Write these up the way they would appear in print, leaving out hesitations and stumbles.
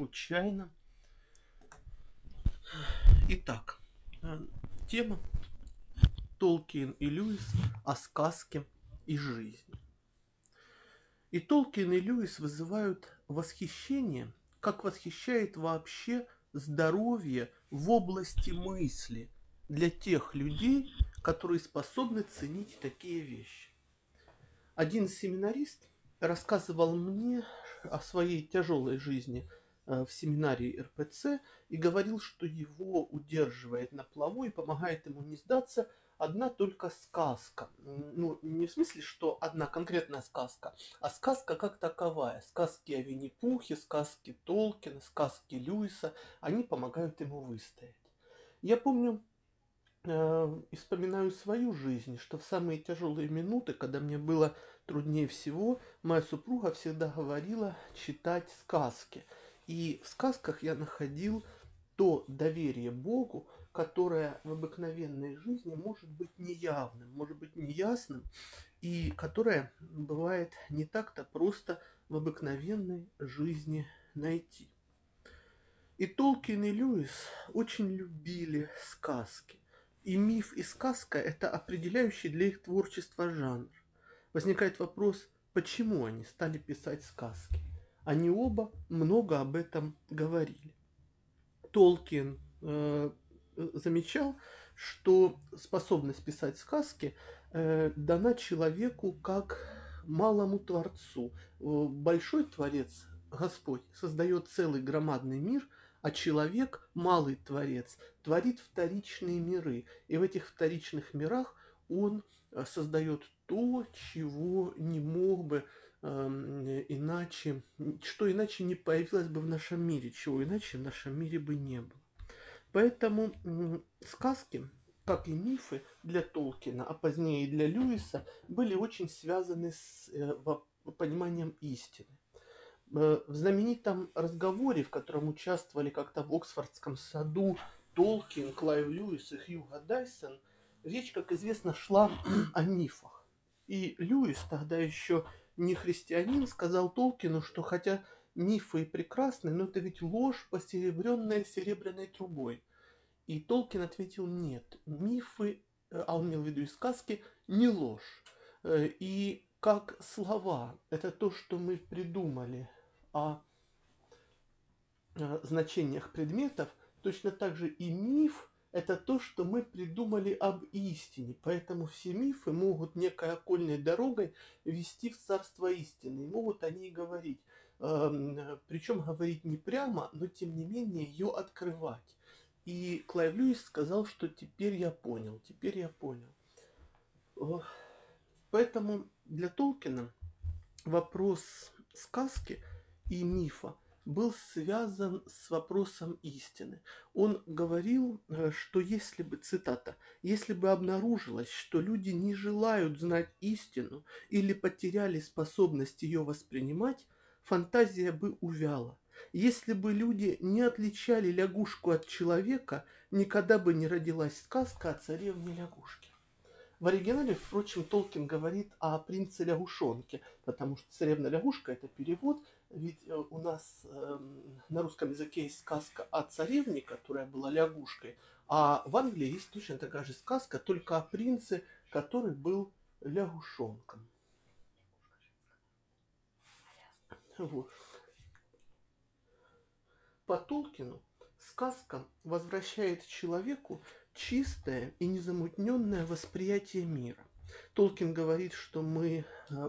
случайно. Итак, тема Толкин и Льюис о сказке и жизни. И Толкин и Льюис вызывают восхищение, как восхищает вообще здоровье в области мысли для тех людей, которые способны ценить такие вещи. Один семинарист рассказывал мне о своей тяжелой жизни в семинарии РПЦ и говорил, что его удерживает на плаву и помогает ему не сдаться одна только сказка. Ну, не в смысле, что одна конкретная сказка, а сказка как таковая. Сказки о Винни-Пухе, сказки Толкина, сказки Льюиса, они помогают ему выстоять. Я помню и вспоминаю свою жизнь, что в самые тяжелые минуты, когда мне было труднее всего, моя супруга всегда говорила читать сказки. И в сказках я находил то доверие Богу, которое в обыкновенной жизни может быть неявным, может быть неясным, и которое бывает не так-то просто в обыкновенной жизни найти. И Толкин и Льюис очень любили сказки. И миф и сказка – это определяющий для их творчества жанр. Возникает вопрос, почему они стали писать сказки. Они оба много об этом говорили. Толкин замечал, что способность писать сказки дана человеку как малому творцу. Большой творец, Господь, создает целый громадный мир, а человек, малый творец, творит вторичные миры. И в этих вторичных мирах он создает то, чего не мог бы иначе, что иначе не появилось бы в нашем мире, чего иначе в нашем мире бы не было. Поэтому сказки, как и мифы для Толкина, а позднее и для Льюиса, были очень связаны с пониманием истины. В знаменитом разговоре, в котором участвовали как-то в Оксфордском саду Толкин, Клайв Льюис и Хьюго Дайсон, речь, как известно, шла о мифах. И Льюис, тогда еще не христианин, сказал Толкину, что хотя мифы и прекрасны, но это ведь ложь, посеребренная серебряной трубой. И Толкин ответил: нет, мифы, а он имел в виду и сказки, не ложь. И как слова, это то, что мы придумали о значениях предметов, точно так же и миф – это то, что мы придумали об истине. Поэтому все мифы могут некой окольной дорогой вести в царство истины. И могут они и говорить. Причем говорить не прямо, но тем не менее ее открывать. И Клайв Льюис сказал, что теперь я понял, теперь я понял. Поэтому для Толкина вопрос сказки и мифа был связан с вопросом истины. Он говорил, что если бы, цитата, если бы обнаружилось, что люди не желают знать истину или потеряли способность ее воспринимать, фантазия бы увяла. Если бы люди не отличали лягушку от человека, никогда бы не родилась сказка о царевне лягушке. В оригинале, впрочем, Толкин говорит о принце-лягушонке, потому что царевна-лягушка – это перевод, ведь у нас на русском языке есть сказка о царевне, которая была лягушкой, а в Англии есть точно такая же сказка, только о принце, который был лягушонком. Вот. По Толкину сказка возвращает человеку чистое и незамутненное восприятие мира. Толкин говорит, что мы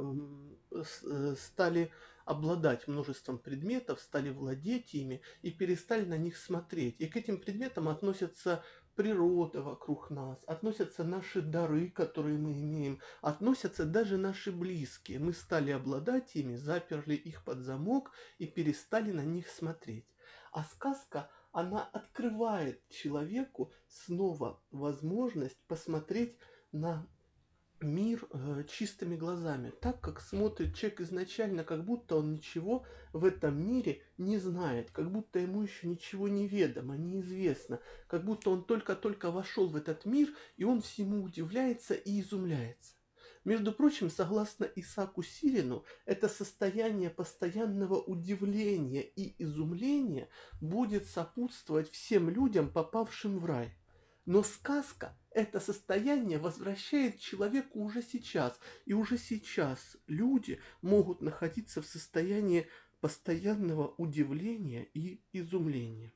стали обладать множеством предметов, стали владеть ими и перестали на них смотреть. И к этим предметам относятся природа вокруг нас, относятся наши дары, которые мы имеем, относятся даже наши близкие. Мы стали обладать ими, заперли их под замок и перестали на них смотреть. А сказка, она открывает человеку снова возможность посмотреть на мир чистыми глазами, так как смотрит человек изначально, как будто он ничего в этом мире не знает, как будто ему еще ничего не ведомо, неизвестно, как будто он только-только вошел в этот мир, и он всему удивляется и изумляется. Между прочим, согласно Исааку Сирину, это состояние постоянного удивления и изумления будет сопутствовать всем людям, попавшим в рай. Но сказка это состояние возвращает человеку уже сейчас, и уже сейчас люди могут находиться в состоянии постоянного удивления и изумления.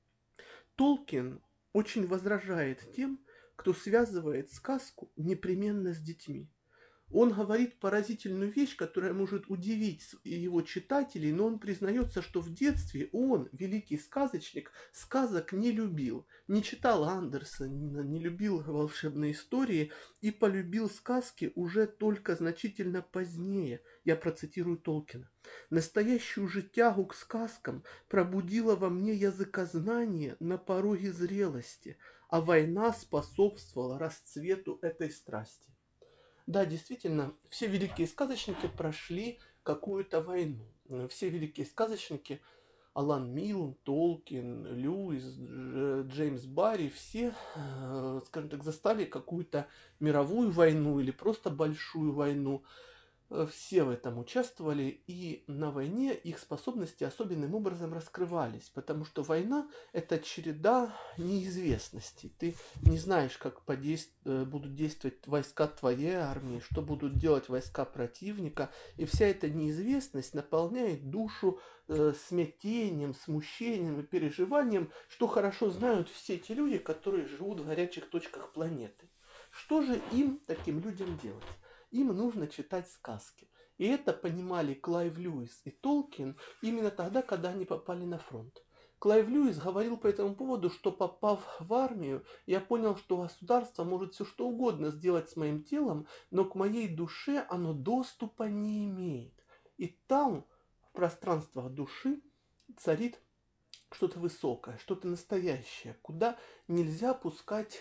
Толкин очень возражает тем, кто связывает сказку непременно с детьми. Он говорит поразительную вещь, которая может удивить его читателей, но он признается, что в детстве он, великий сказочник, сказок не любил. Не читал Андерсона, не любил волшебные истории и полюбил сказки уже только значительно позднее. Я процитирую Толкина. Настоящую же тягу к сказкам пробудило во мне языкознание на пороге зрелости, а война способствовала расцвету этой страсти. Да, действительно, все великие сказочники прошли какую-то войну. Все великие сказочники, Алан Милн, Толкин, Льюис, Джеймс Барри, все, скажем так, застали какую-то мировую войну или просто большую войну. Все в этом участвовали, и на войне их способности особенным образом раскрывались, потому что война – это череда неизвестностей. Ты не знаешь, как будут действовать войска твоей армии, что будут делать войска противника, и вся эта неизвестность наполняет душу смятением, смущением и переживанием, что хорошо знают все те люди, которые живут в горячих точках планеты. Что же им, таким людям, делать? Им нужно читать сказки. И это понимали Клайв Льюис и Толкин именно тогда, когда они попали на фронт. Клайв Льюис говорил по этому поводу, что попав в армию, я понял, что государство может все что угодно сделать с моим телом, но к моей душе оно доступа не имеет. И там, в пространствах души, царит что-то высокое, что-то настоящее, куда нельзя пускать,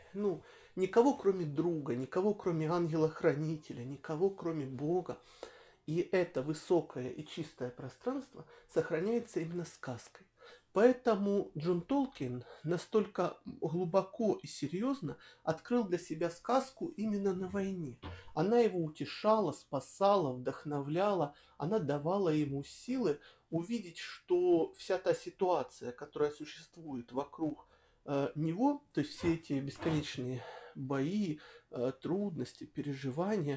никого кроме друга, никого кроме ангела-хранителя, никого кроме Бога. И это высокое и чистое пространство сохраняется именно сказкой. Поэтому Джон Толкин настолько глубоко и серьезно открыл для себя сказку именно на войне. Она его утешала, спасала, вдохновляла, она давала ему силы увидеть, что вся та ситуация, которая существует вокруг него, то есть все эти бесконечные бои, трудности, переживания,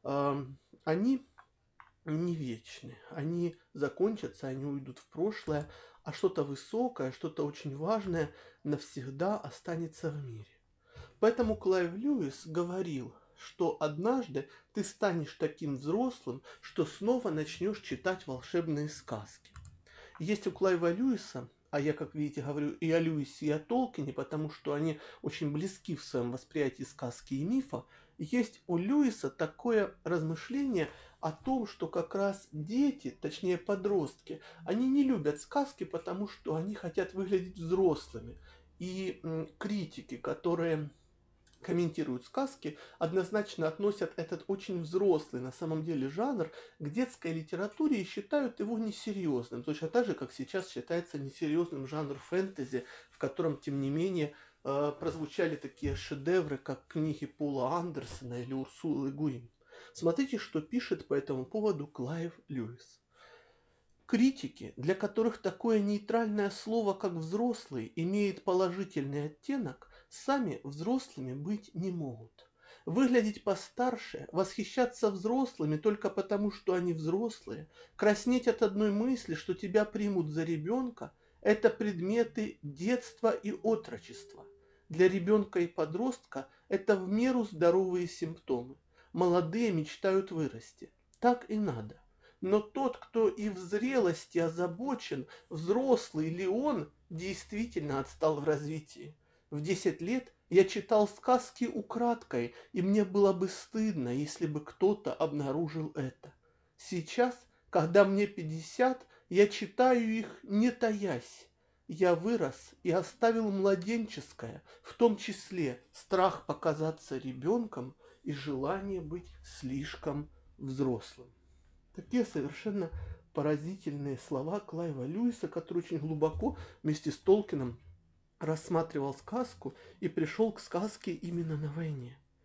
они не вечны. Они закончатся, они уйдут в прошлое, а что-то высокое, что-то очень важное навсегда останется в мире. Поэтому Клайв Льюис говорил, что однажды ты станешь таким взрослым, что снова начнешь читать волшебные сказки. Есть у Клайва Льюиса, а я, как видите, говорю и о Льюисе, и о Толкине, потому что они очень близки в своем восприятии сказки и мифа, есть у Льюиса такое размышление о том, что как раз дети, точнее подростки, они не любят сказки, потому что они хотят выглядеть взрослыми. И критики, которые комментируют сказки, однозначно относят этот очень взрослый на самом деле жанр к детской литературе и считают его несерьезным. Точно так же, как сейчас считается несерьезным жанр фэнтези, в котором, тем не менее, прозвучали такие шедевры, как книги Пола Андерсона или Урсулы Гуин. Смотрите, что пишет по этому поводу Клайв Льюис. Критики, для которых такое нейтральное слово, как «взрослый», имеет положительный оттенок, сами взрослыми быть не могут. Выглядеть постарше, восхищаться взрослыми только потому, что они взрослые, краснеть от одной мысли, что тебя примут за ребенка – это предметы детства и отрочества. Для ребенка и подростка это в меру здоровые симптомы. Молодые мечтают вырасти. Так и надо. Но тот, кто и в зрелости озабочен, взрослый ли он, действительно отстал в развитии. В 10 лет я читал сказки украдкой, и мне было бы стыдно, если бы кто-то обнаружил это. Сейчас, когда мне 50, я читаю их не таясь. Я вырос и оставил младенческое, в том числе страх показаться ребенком и желание быть слишком взрослым. Такие совершенно поразительные слова Клайва Льюиса, который очень глубоко вместе с Толкином рассматривал сказку и пришел к сказке именно на войне.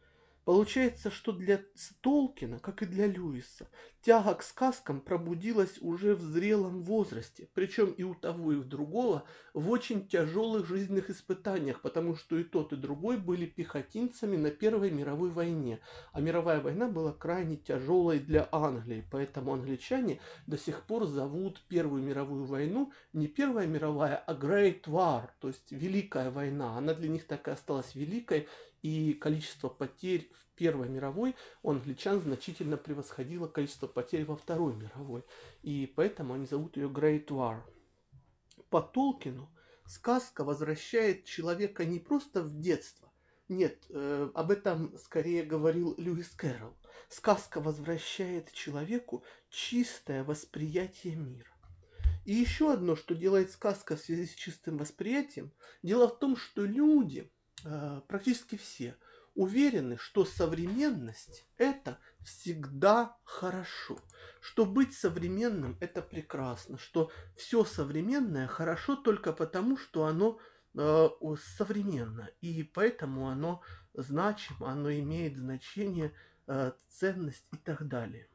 Получается, что для Толкина, как и для Льюиса, тяга к сказкам пробудилась уже в зрелом возрасте, причем и у того, и у другого в очень тяжелых жизненных испытаниях, потому что и тот, и другой были пехотинцами на Первой мировой войне, а мировая война была крайне тяжелой для Англии, поэтому англичане до сих пор зовут Первую мировую войну не Первая мировая, а Great War, то есть Великая война. Она для них так и осталась великой, и количество потерь в Первой мировой у англичан значительно превосходило количество потерь во Второй мировой. И поэтому они зовут ее Great War. По Толкину сказка возвращает человека не просто в детство. Нет, об этом скорее говорил Льюис Кэрролл. Сказка возвращает человеку чистое восприятие мира. И еще одно, что делает сказка в связи с чистым восприятием, дело в том, что люди, практически все, уверены, что современность это всегда хорошо, что быть современным это прекрасно, что все современное хорошо только потому, что оно современно, и поэтому оно значимо, оно имеет значение, ценность и так далее.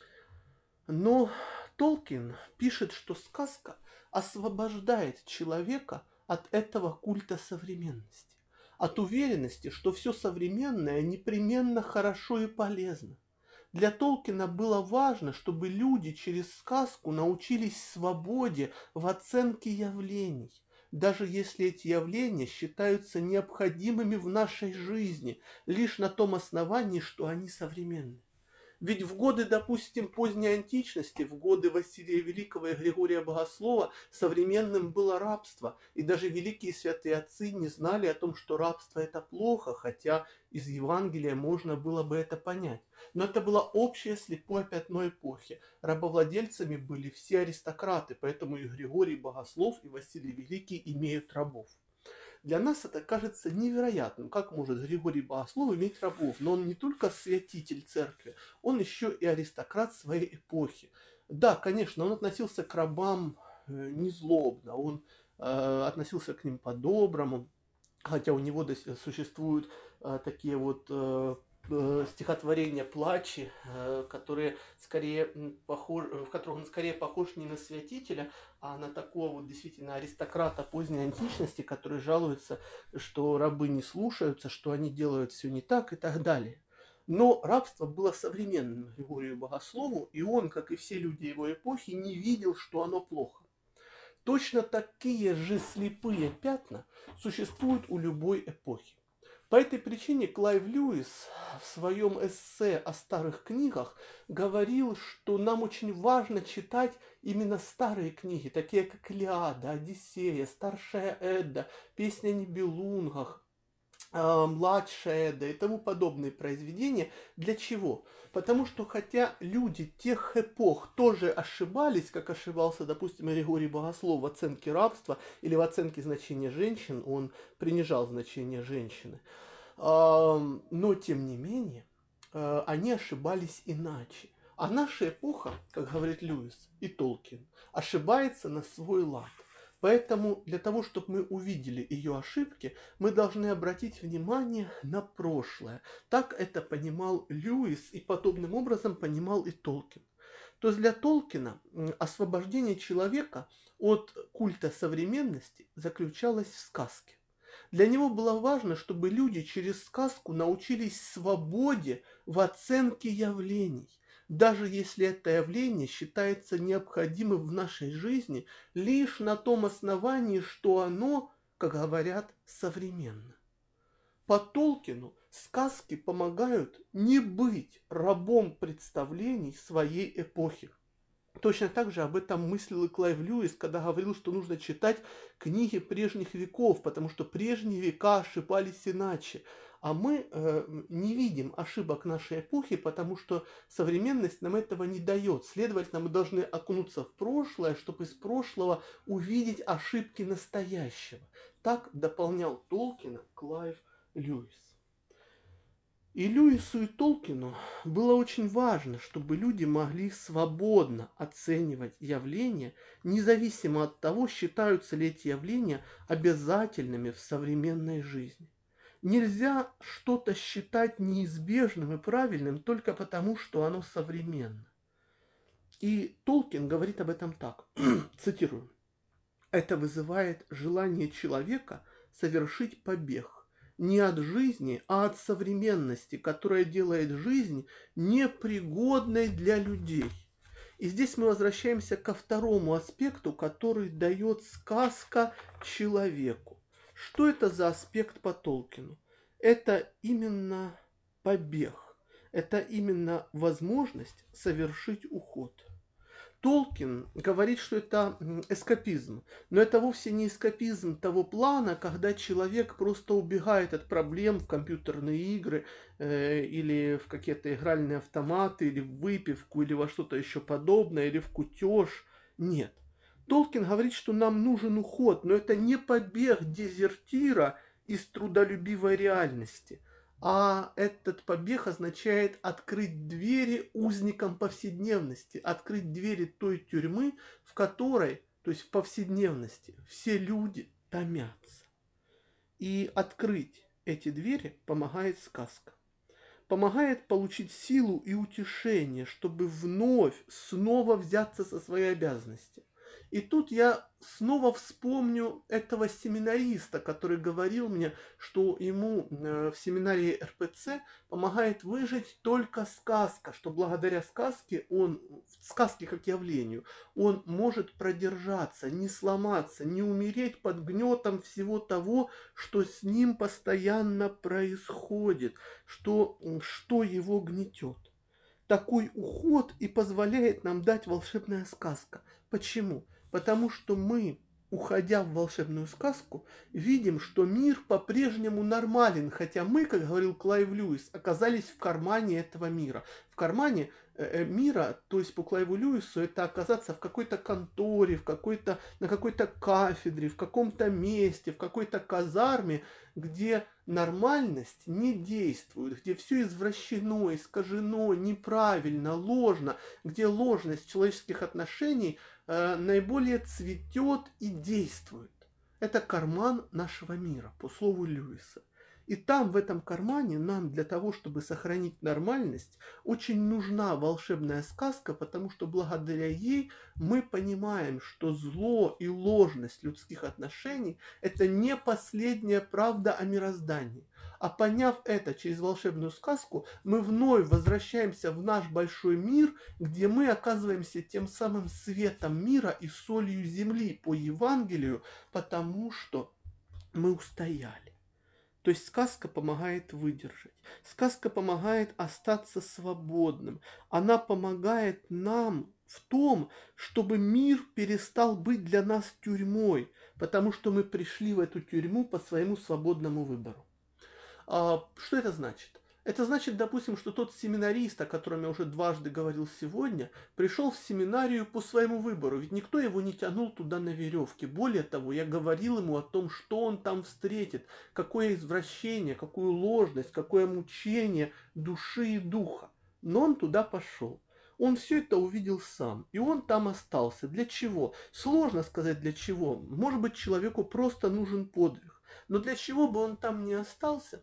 Но Толкин пишет, что сказка освобождает человека от этого культа современности, от уверенности, что все современное непременно хорошо и полезно. Для Толкина было важно, чтобы люди через сказку научились свободе в оценке явлений, даже если эти явления считаются необходимыми в нашей жизни, лишь на том основании, что они современны. Ведь в годы, допустим, поздней античности, в годы Василия Великого и Григория Богослова современным было рабство. И даже великие святые отцы не знали о том, что рабство это плохо, хотя из Евангелия можно было бы это понять. Но это было общее слепое пятно эпохи. Рабовладельцами были все аристократы, поэтому и Григорий Богослов, и Василий Великий имеют рабов. Для нас это кажется невероятным. Как может Григорий Богослов иметь рабов? Но он не только святитель церкви, он еще и аристократ своей эпохи. Да, конечно, он относился к рабам незлобно, он относился к ним по-доброму, хотя у него существуют такие вот стихотворения плачи, которые скорее в которых он скорее похож не на святителя, а на такого вот действительно аристократа поздней античности, который жалуется, что рабы не слушаются, что они делают все не так и так далее. Но рабство было современным Григорию Богослову, и он, как и все люди его эпохи, не видел, что оно плохо. Точно такие же слепые пятна существуют у любой эпохи. По этой причине Клайв Льюис в своем эссе о старых книгах говорил, что нам очень важно читать именно старые книги, такие как Илиада, Одиссея, Старшая Эдда, Песня о Нибелунгах, Младшая Эдда и тому подобные произведения. Для чего? Потому что хотя люди тех эпох тоже ошибались, как ошибался, допустим, Григорий Богослов в оценке рабства или в оценке значения женщин, он принижал значение женщины, но тем не менее они ошибались иначе. А наша эпоха, как говорит Льюис и Толкин, ошибается на свой лад. Поэтому для того, чтобы мы увидели ее ошибки, мы должны обратить внимание на прошлое. Так это понимал Льюис и подобным образом понимал и Толкин. То есть для Толкина освобождение человека от культа современности заключалось в сказке. Для него было важно, чтобы люди через сказку научились свободе в оценке явлений, даже если это явление считается необходимым в нашей жизни лишь на том основании, что оно, как говорят, современно. По Толкину сказки помогают не быть рабом представлений своей эпохи. Точно так же об этом мыслил и Клайв Льюис, когда говорил, что нужно читать книги прежних веков, потому что прежние века ошибались иначе. А мы не видим ошибок нашей эпохи, потому что современность нам этого не дает. Следовательно, мы должны окунуться в прошлое, чтобы из прошлого увидеть ошибки настоящего. Так дополнял Толкина Клайв Льюис. И Льюису и Толкину было очень важно, чтобы люди могли свободно оценивать явления, независимо от того, считаются ли эти явления обязательными в современной жизни. Нельзя что-то считать неизбежным и правильным только потому, что оно современно. И Толкин говорит об этом так, цитирую. Это вызывает желание человека совершить побег не от жизни, а от современности, которая делает жизнь непригодной для людей. И здесь мы возвращаемся ко второму аспекту, который дает сказка человеку. Что это за аспект по Толкину? Это именно побег. Это именно возможность совершить уход. Толкин говорит, что это эскапизм, но это вовсе не эскапизм того плана, когда человек просто убегает от проблем в компьютерные игры или в какие-то игральные автоматы, или в выпивку, или во что-то еще подобное, или в кутеж. Нет. Толкин говорит, что нам нужен уход, но это не побег дезертира из трудолюбивой реальности. А этот побег означает открыть двери узникам повседневности, открыть двери той тюрьмы, в которой, то есть в повседневности, все люди томятся. И открыть эти двери помогает сказка. Помогает получить силу и утешение, чтобы вновь, снова взяться со своей обязанности. И тут я снова вспомню этого семинариста, который говорил мне, что ему в семинарии РПЦ помогает выжить только сказка, что благодаря сказке сказке как явлению, он может продержаться, не сломаться, не умереть под гнетом всего того, что с ним постоянно происходит, что его гнетет. Такой уход и позволяет нам дать волшебная сказка. Почему? Потому что мы, уходя в волшебную сказку, видим, что мир по-прежнему нормален, хотя мы, как говорил Клайв Льюис, оказались в кармане этого мира. В кармане мира, то есть по Клайву Льюису, это оказаться в какой-то конторе, на какой-то кафедре, в каком-то месте, в какой-то казарме, где нормальность не действует, где все извращено, искажено, неправильно, ложно, где ложность человеческих отношений наиболее цветет и действует. Это карман нашего мира, по слову Льюиса. И там, в этом кармане, нам для того, чтобы сохранить нормальность, очень нужна волшебная сказка, потому что благодаря ей мы понимаем, что зло и ложность людских отношений – это не последняя правда о мироздании. А поняв это через волшебную сказку, мы вновь возвращаемся в наш большой мир, где мы оказываемся тем самым светом мира и солью земли по Евангелию, потому что мы устояли. То есть сказка помогает выдержать. Сказка помогает остаться свободным. Она помогает нам в том, чтобы мир перестал быть для нас тюрьмой, потому что мы пришли в эту тюрьму по своему свободному выбору. Что это значит? Это значит, допустим, что тот семинарист, о котором я уже дважды говорил сегодня, пришел в семинарию по своему выбору, ведь никто его не тянул туда на веревке. Более того, я говорил ему о том, что он там встретит, какое извращение, какую ложность, какое мучение души и духа. Но он туда пошел. Он все это увидел сам, и он там остался. Для чего? Сложно сказать для чего. Может быть, человеку просто нужен подвиг. Но для чего бы он там не остался,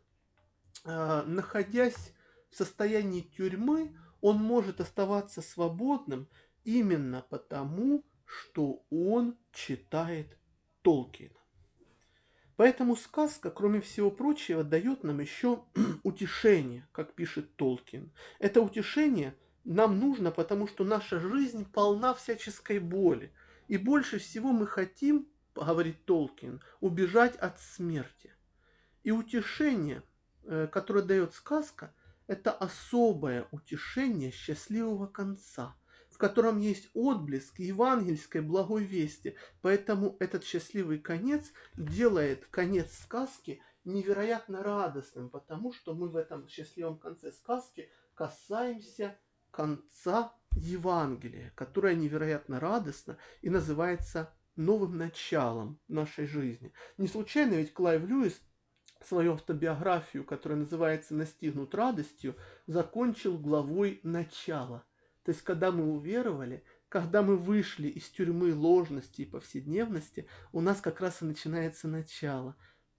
находясь в состоянии тюрьмы, он может оставаться свободным именно потому, что он читает Толкина. Поэтому сказка, кроме всего прочего, дает нам еще утешение, как пишет Толкин. Это утешение нам нужно, потому что наша жизнь полна всяческой боли. И больше всего мы хотим, говорит Толкин, убежать от смерти. И утешение, которое дает сказка, это особое утешение счастливого конца, в котором есть отблеск евангельской благой вести. Поэтому этот счастливый конец делает конец сказки невероятно радостным, потому что мы в этом счастливом конце сказки касаемся конца Евангелия, которое невероятно радостно и называется новым началом нашей жизни. Не случайно ведь Клайв Льюис свою автобиографию, которая называется «Настигнут радостью», закончил главой «Начало». То есть, когда мы уверовали, когда мы вышли из тюрьмы ложности и повседневности, у нас как раз и начинается начало.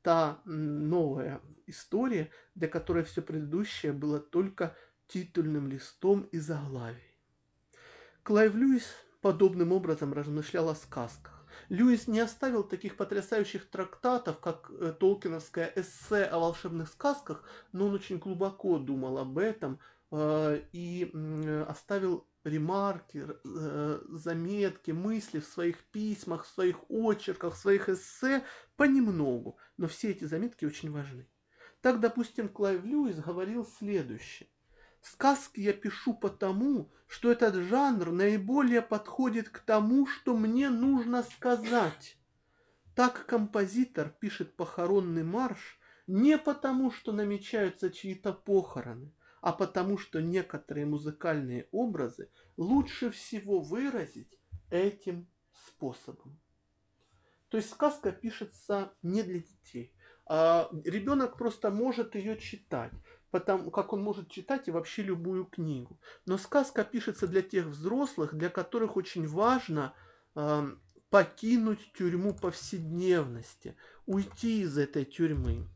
та новая история, для которой все предыдущее было только титульным листом и заглавием. Клайв Льюис подобным образом размышлял о сказках. Льюис не оставил таких потрясающих трактатов, как толкиновское эссе о волшебных сказках, но он очень глубоко думал об этом и оставил ремарки, заметки, мысли в своих письмах, в своих очерках, в своих эссе понемногу. Но все эти заметки очень важны. Так, допустим, Клайв Льюис говорил следующее. Сказки я пишу потому, что этот жанр наиболее подходит к тому, что мне нужно сказать. Так композитор пишет похоронный марш не потому, что намечаются чьи-то похороны, а потому, что некоторые музыкальные образы лучше всего выразить этим способом. То есть сказка пишется не для детей. Ребенок просто может ее читать, потому как он может читать и вообще любую книгу. Но сказка пишется для тех взрослых, для которых очень важно покинуть тюрьму повседневности, уйти из этой тюрьмы.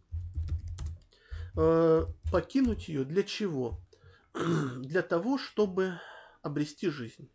Покинуть ее для чего? Для того, чтобы обрести жизнь.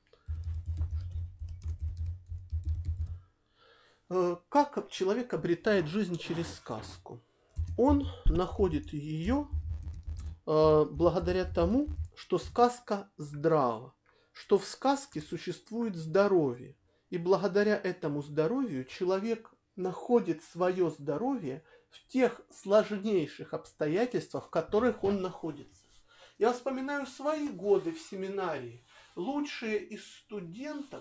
Как человек обретает жизнь через сказку? Он находит ее благодаря тому, что сказка здрава, что в сказке существует здоровье. И благодаря этому здоровью человек находит свое здоровье в тех сложнейших обстоятельствах, в которых он находится. Я вспоминаю свои годы в семинарии. Лучшие из студентов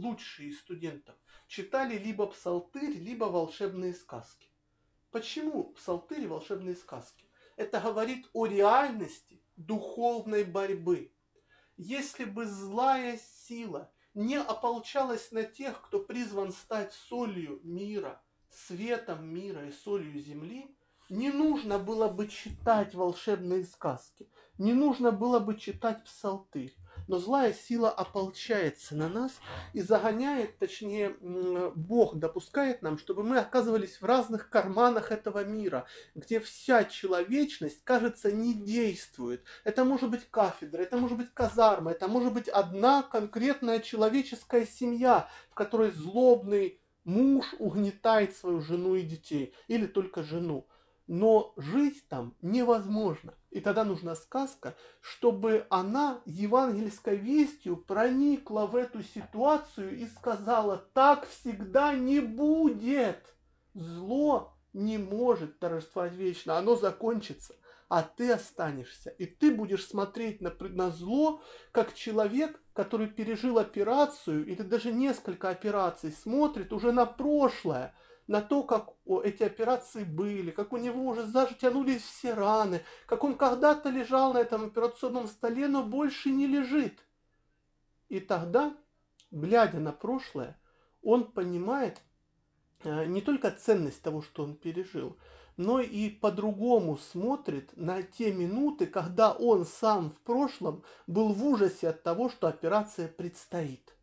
читали либо псалтырь, либо волшебные сказки. Почему псалтырь и волшебные сказки? Это говорит о реальности духовной борьбы. Если бы злая сила не ополчалась на тех, кто призван стать солью мира, светом мира и солью земли, не нужно было бы читать волшебные сказки, не нужно было бы читать псалтырь. Но злая сила ополчается на нас и загоняет, точнее, Бог допускает нам, чтобы мы оказывались в разных карманах этого мира, где вся человечность, кажется, не действует. Это может быть кафедра, это может быть казарма, это может быть одна конкретная человеческая семья, в которой злобный муж угнетает свою жену и детей, или только жену. Но жить там невозможно. И тогда нужна сказка, чтобы она евангельской вестью проникла в эту ситуацию и сказала: так всегда не будет. Зло не может торжествовать вечно, оно закончится, а ты останешься. И ты будешь смотреть на зло, как человек, который пережил операцию, или даже несколько операций, смотрит уже на прошлое, на то, как эти операции были, как у него уже затянулись все раны, как он когда-то лежал на этом операционном столе, но больше не лежит. И тогда, глядя на прошлое, он понимает не только ценность того, что он пережил, но и по-другому смотрит на те минуты, когда он сам в прошлом был в ужасе от того, что операция предстоит.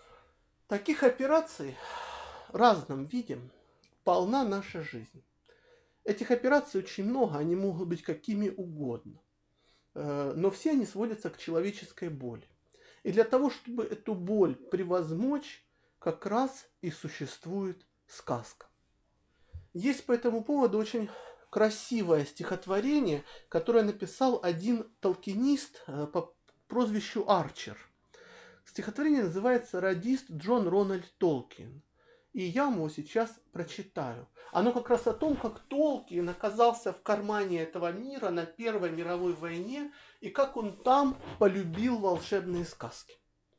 Таких операций в разном виде полна наша жизнь. Этих операций очень много, они могут быть какими угодно. Но все они сводятся к человеческой боли. И для того, чтобы эту боль превозмочь, как раз и существует сказка. Есть по этому поводу очень красивое стихотворение, которое написал один толкинист по прозвищу Арчер. Стихотворение называется «Радист Джон Рональд Толкин». И я вам его сейчас прочитаю. Оно как раз о том, как Толкин оказался в кармане этого мира на Первой мировой войне, и как он там полюбил волшебные сказки.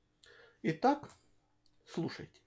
Итак, слушайте.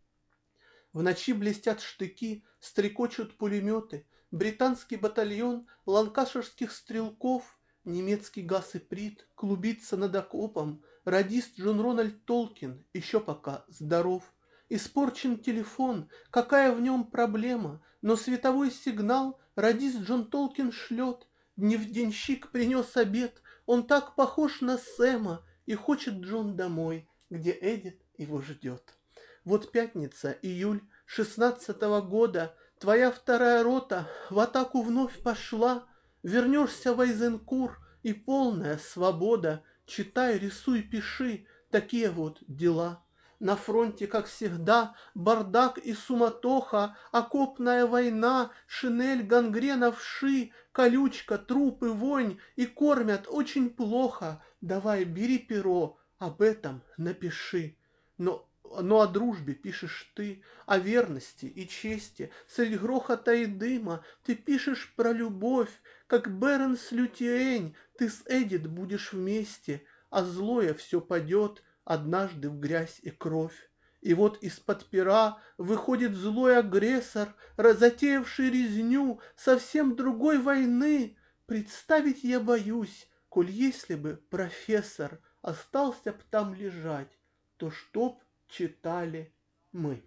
В ночи блестят штыки, стрекочут пулеметы, британский батальон ланкаширских стрелков, немецкий Гас и Прит клубится над окопом, радист Джон Рональд Толкин еще пока здоров. Испорчен телефон, какая в нем проблема, но световой сигнал радист Джон Толкин шлет. Денщик принес обед, он так похож на Сэма, и хочет Джон домой, где Эдит его ждет. Вот пятница, июль 16-го года, Твоя вторая рота в атаку вновь пошла. Вернешься в Айзенкур, и полная свобода. Читай, рисуй, пиши. Такие вот дела. На фронте, как всегда, бардак и суматоха, окопная война, шинель, гангрена, вши, колючка, трупы, вонь, и кормят очень плохо. Давай, бери перо, об этом напиши. Но о дружбе пишешь ты, о верности и чести. Средь грохота и дыма ты пишешь про любовь, как Беренс Лютиэнь, ты с Эдит будешь вместе, а злое все падет однажды в грязь и кровь. И вот из-под пера выходит злой агрессор, затеявший резню совсем другой войны. Представить я боюсь, коль если бы профессор остался б там лежать, то что б читали мы.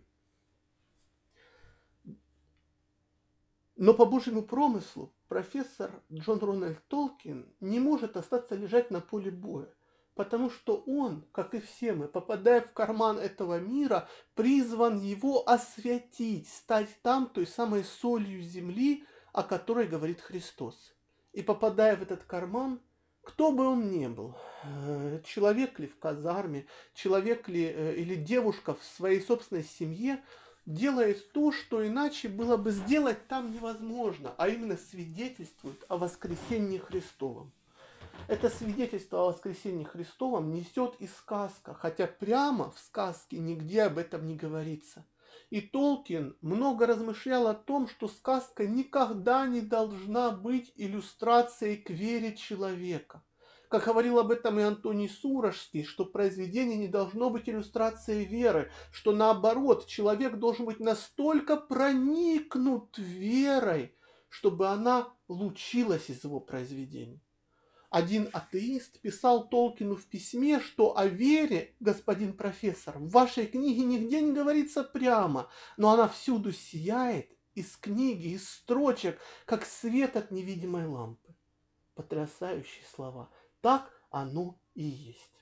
Но по Божьему промыслу профессор Джон Рональд Толкин не может остаться лежать на поле боя, потому что он, как и все мы, попадая в карман этого мира, призван его освятить, стать там той самой солью земли, о которой говорит Христос. И попадая в этот карман, кто бы он ни был, человек ли в казарме, человек ли или девушка в своей собственной семье, делает то, что иначе было бы сделать там невозможно, а именно свидетельствует о воскресении Христовом. Это свидетельство о воскресении Христовом несет и сказка, хотя прямо в сказке нигде об этом не говорится. И Толкин много размышлял о том, что сказка никогда не должна быть иллюстрацией к вере человека. Как говорил об этом и Антоний Сурожский, что произведение не должно быть иллюстрацией веры, что наоборот, человек должен быть настолько проникнут верой, чтобы она лучилась из его произведений. Один атеист писал Толкину в письме, что о вере, господин профессор, в вашей книге нигде не говорится прямо, но она всюду сияет из книги, из строчек, как свет от невидимой лампы. Потрясающие слова. Так оно и есть.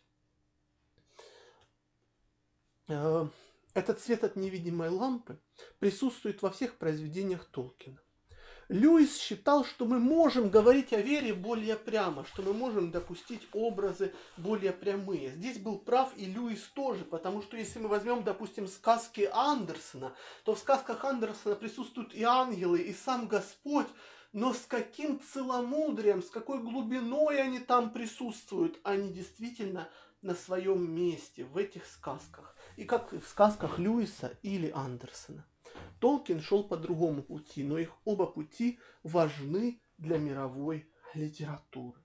Этот свет от невидимой лампы присутствует во всех произведениях Толкина. Льюис считал, что мы можем говорить о вере более прямо, что мы можем допустить образы более прямые. Здесь был прав и Льюис тоже, потому что если мы возьмем, допустим, сказки Андерсена, то в сказках Андерсена присутствуют и ангелы, и сам Господь, но с каким целомудрием, с какой глубиной они там присутствуют, они действительно на своем месте в этих сказках. И как в сказках Льюиса или Андерсена. Толкин шел по другому пути, но их оба пути важны для мировой литературы.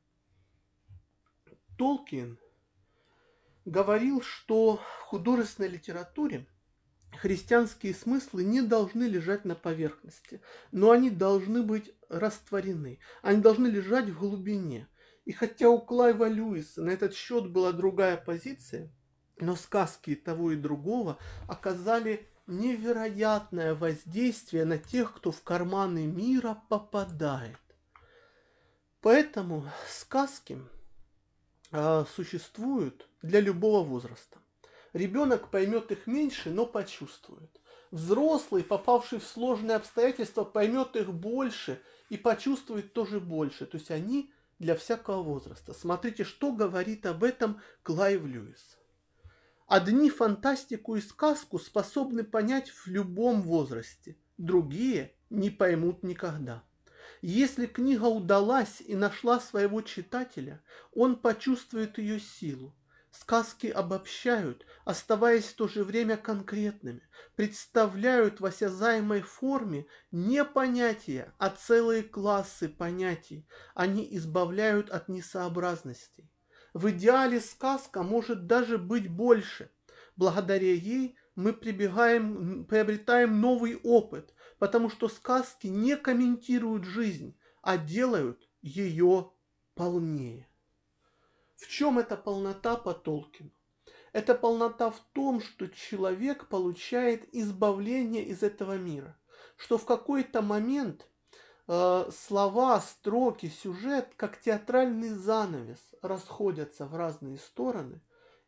Толкин говорил, что в художественной литературе христианские смыслы не должны лежать на поверхности, но они должны быть растворены, они должны лежать в глубине. И хотя у Клайва Льюиса на этот счет была другая позиция, но сказки того и другого оказали невероятное воздействие на тех, кто в карманы мира попадает. Поэтому сказки существуют для любого возраста. Ребенок поймет их меньше, но почувствует. Взрослый, попавший в сложные обстоятельства, поймет их больше и почувствует тоже больше. То есть они для всякого возраста. Смотрите, что говорит об этом Клайв Льюис. Одни фантастику и сказку способны понять в любом возрасте, другие не поймут никогда. Если книга удалась и нашла своего читателя, он почувствует ее силу. Сказки обобщают, оставаясь в то же время конкретными, представляют в осязаемой форме не понятия, а целые классы понятий. Они избавляют от несообразностей. В идеале сказка может даже быть больше. Благодаря ей мы приобретаем новый опыт, потому что сказки не комментируют жизнь, а делают ее полнее. В чем эта полнота по Толкину? Эта полнота в том, что человек получает избавление из этого мира, что в какой-то момент слова, строки, сюжет, как театральный занавес, расходятся в разные стороны,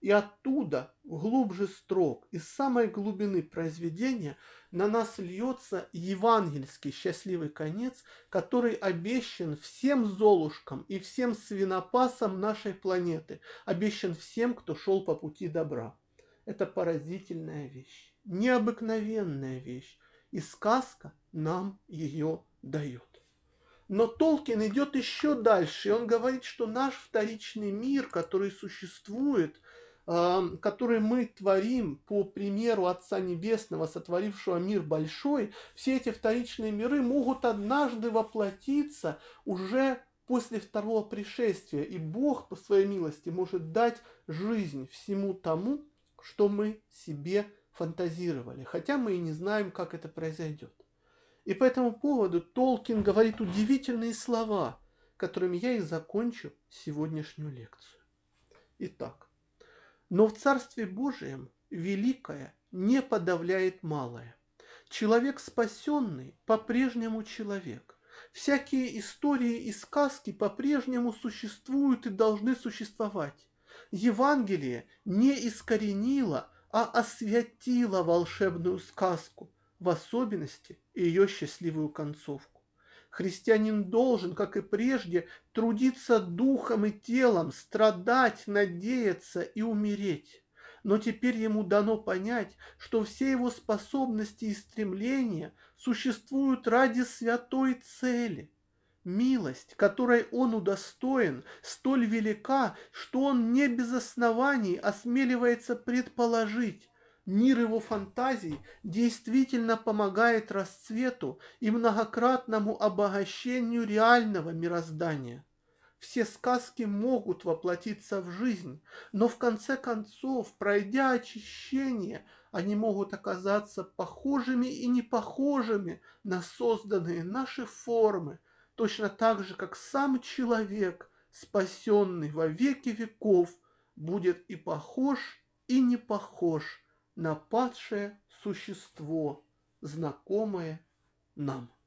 И оттуда, глубже строк, из самой глубины произведения, на нас льется евангельский счастливый конец, который обещан всем золушкам и всем свинопасам нашей планеты, обещан всем, кто шел по пути добра. Это поразительная вещь, необыкновенная вещь, и сказка нам ее дает. Но Толкин идет еще дальше, и он говорит, что наш вторичный мир, который существует, который мы творим по примеру Отца Небесного, сотворившего мир большой, все эти вторичные миры могут однажды воплотиться уже после второго пришествия, и Бог по своей милости может дать жизнь всему тому, что мы себе фантазировали, хотя мы и не знаем, как это произойдет. И по этому поводу Толкин говорит удивительные слова, которыми я и закончу сегодняшнюю лекцию. Итак, но в Царстве Божием великое не подавляет малое. Человек спасенный по-прежнему человек. Всякие истории и сказки по-прежнему существуют и должны существовать. Евангелие не искоренило, а осветило волшебную сказку, в особенности ее счастливую концовку. Христианин должен, как и прежде, трудиться духом и телом, страдать, надеяться и умереть. Но теперь ему дано понять, что все его способности и стремления существуют ради святой цели. Милость, которой он удостоен, столь велика, что он не без оснований осмеливается предположить: мир его фантазий действительно помогает расцвету и многократному обогащению реального мироздания. Все сказки могут воплотиться в жизнь, но в конце концов, пройдя очищение, они могут оказаться похожими и непохожими на созданные наши формы, точно так же, как сам человек, спасенный во веки веков, будет и похож, и не похож на падшее существо, знакомое нам.